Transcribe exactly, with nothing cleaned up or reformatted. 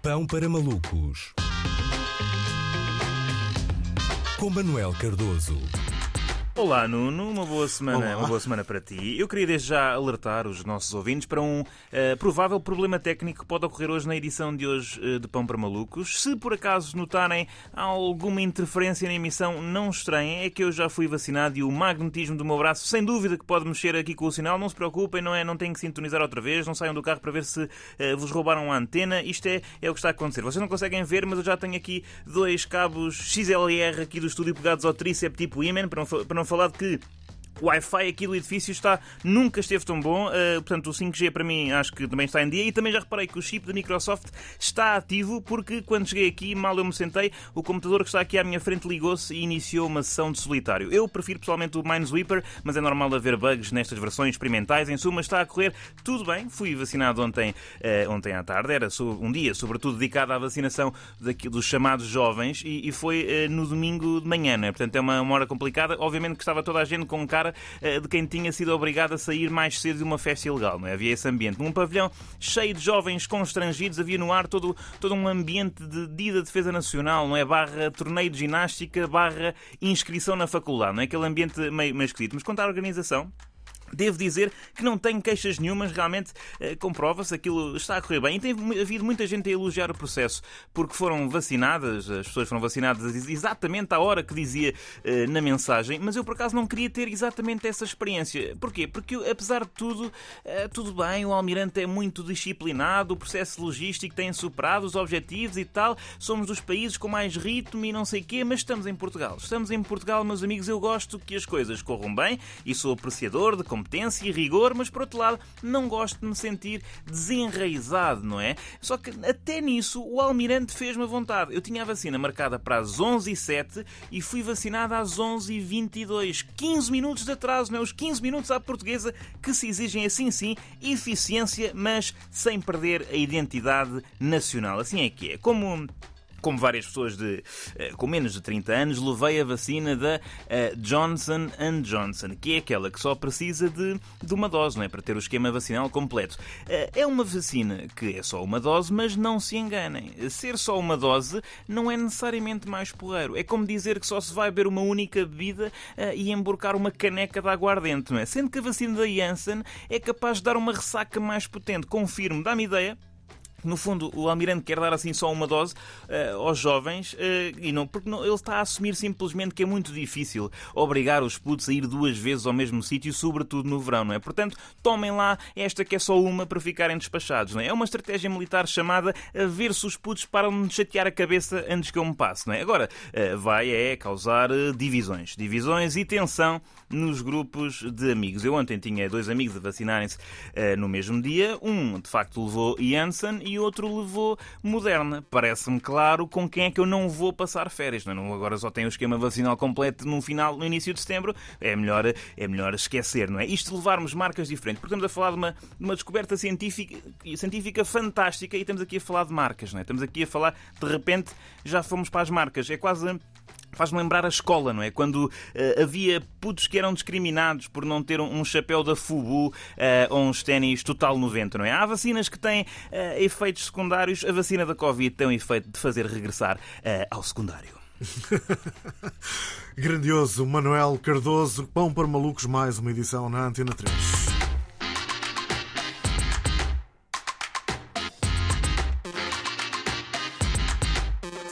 Pão para Malucos, com Manuel Cardoso. Olá Nuno, uma boa semana, Olá. uma boa semana para ti. Eu queria desde já alertar os nossos ouvintes para um uh, provável problema técnico que pode ocorrer hoje na edição de hoje uh, de Pão para Malucos. Se por acaso notarem alguma interferência na emissão, não estranhem, é que eu já fui vacinado e o magnetismo do meu braço, sem dúvida que pode mexer aqui com o sinal. Não se preocupem, não, é, não têm que sintonizar outra vez, não saiam do carro para ver se uh, vos roubaram a antena. Isto é, é o que está a acontecer. Vocês não conseguem ver, mas eu já tenho aqui dois cabos X L R aqui do estúdio pegados ao tríceps tipo ímã, para não, para não falar de que o Wi-Fi aqui do edifício está, nunca esteve tão bom, uh, portanto o cinco G para mim acho que também está em dia, e também já reparei que o chip da Microsoft está ativo, porque quando cheguei aqui, mal eu me sentei, o computador que está aqui à minha frente ligou-se e iniciou uma sessão de solitário. Eu prefiro pessoalmente o Minesweeper, mas é normal haver bugs nestas versões experimentais. Em suma, está a correr tudo bem. Fui vacinado ontem, uh, ontem à tarde, era um dia sobretudo dedicado à vacinação daqui, dos chamados jovens, e, e foi uh, no domingo de manhã, não é? Portanto é uma, uma hora complicada. Obviamente que estava toda a gente com cara de quem tinha sido obrigado a sair mais cedo de uma festa ilegal, não é? Havia esse ambiente. Num pavilhão cheio de jovens constrangidos, havia no ar todo, todo um ambiente de Dia da Defesa Nacional, não é? Barra torneio de ginástica, barra inscrição na faculdade, não é? Aquele ambiente meio, meio esquisito. Mas quanto à organização, devo dizer que não tenho queixas nenhumas, realmente eh, comprova-se, aquilo está a correr bem. E tem havido muita gente a elogiar o processo, porque foram vacinadas, as pessoas foram vacinadas exatamente à hora que dizia eh, na mensagem, mas eu por acaso não queria ter exatamente essa experiência. Porquê? Porque apesar de tudo, eh, tudo bem, o Almirante é muito disciplinado, o processo logístico tem superado os objetivos e tal, somos dos países com mais ritmo e não sei o quê, mas estamos em Portugal. Estamos em Portugal, meus amigos, eu gosto que as coisas corram bem e sou apreciador de competência e rigor, mas por outro lado não gosto de me sentir desenraizado, não é? Só que até nisso o Almirante fez-me vontade. Eu tinha a vacina marcada para as onze e sete e fui vacinado às onze e vinte e dois. quinze minutos de atraso, não é? Os quinze minutos à portuguesa que se exigem, assim sim, eficiência, mas sem perder a identidade nacional. Assim é que é. Como... Como várias pessoas de, uh, com menos de trinta anos, levei a vacina da uh, Johnson and Johnson, que é aquela que só precisa de, de uma dose, não é? Para ter o esquema vacinal completo. Uh, é uma vacina que é só uma dose, mas não se enganem. Ser só uma dose não é necessariamente mais porreiro. É como dizer que só se vai beber uma única bebida uh, e emborcar uma caneca de aguardente, não é? Sendo que a vacina da Janssen é capaz de dar uma ressaca mais potente. Confirmo, dá-me ideia. No fundo, o Almirante quer dar assim só uma dose uh, aos jovens, uh, e não, porque não, ele está a assumir simplesmente que é muito difícil obrigar os putos a ir duas vezes ao mesmo sítio, sobretudo no verão, não é? Portanto, tomem lá esta que é só uma para ficarem despachados, não é? É uma estratégia militar chamada a ver se os putos param de chatear a cabeça antes que eu me passe, não é? Agora, uh, vai é causar uh, divisões. Divisões e tensão nos grupos de amigos. Eu ontem tinha dois amigos a vacinarem-se uh, no mesmo dia. Um, de facto, levou Janssen e outro levou Moderna. Parece-me claro com quem é que eu não vou passar férias. Não, agora só tenho o esquema vacinal completo no final, no início de setembro. É melhor, é melhor esquecer, não é? Isto de levarmos marcas diferentes, porque estamos a falar de uma, de uma descoberta científica, científica fantástica, e estamos aqui a falar de marcas, não é? Estamos aqui a falar, de repente, já fomos para as marcas. É quase... Faz-me lembrar a escola, não é? Quando uh, havia putos que eram discriminados por não ter um, um chapéu da Fubu uh, ou uns ténis Total noventa, não é? Há vacinas que têm uh, efeitos secundários. A vacina da Covid tem o efeito de fazer regressar uh, ao secundário. Grandioso, Manuel Cardoso. Pão para Malucos, mais uma edição na Antena três.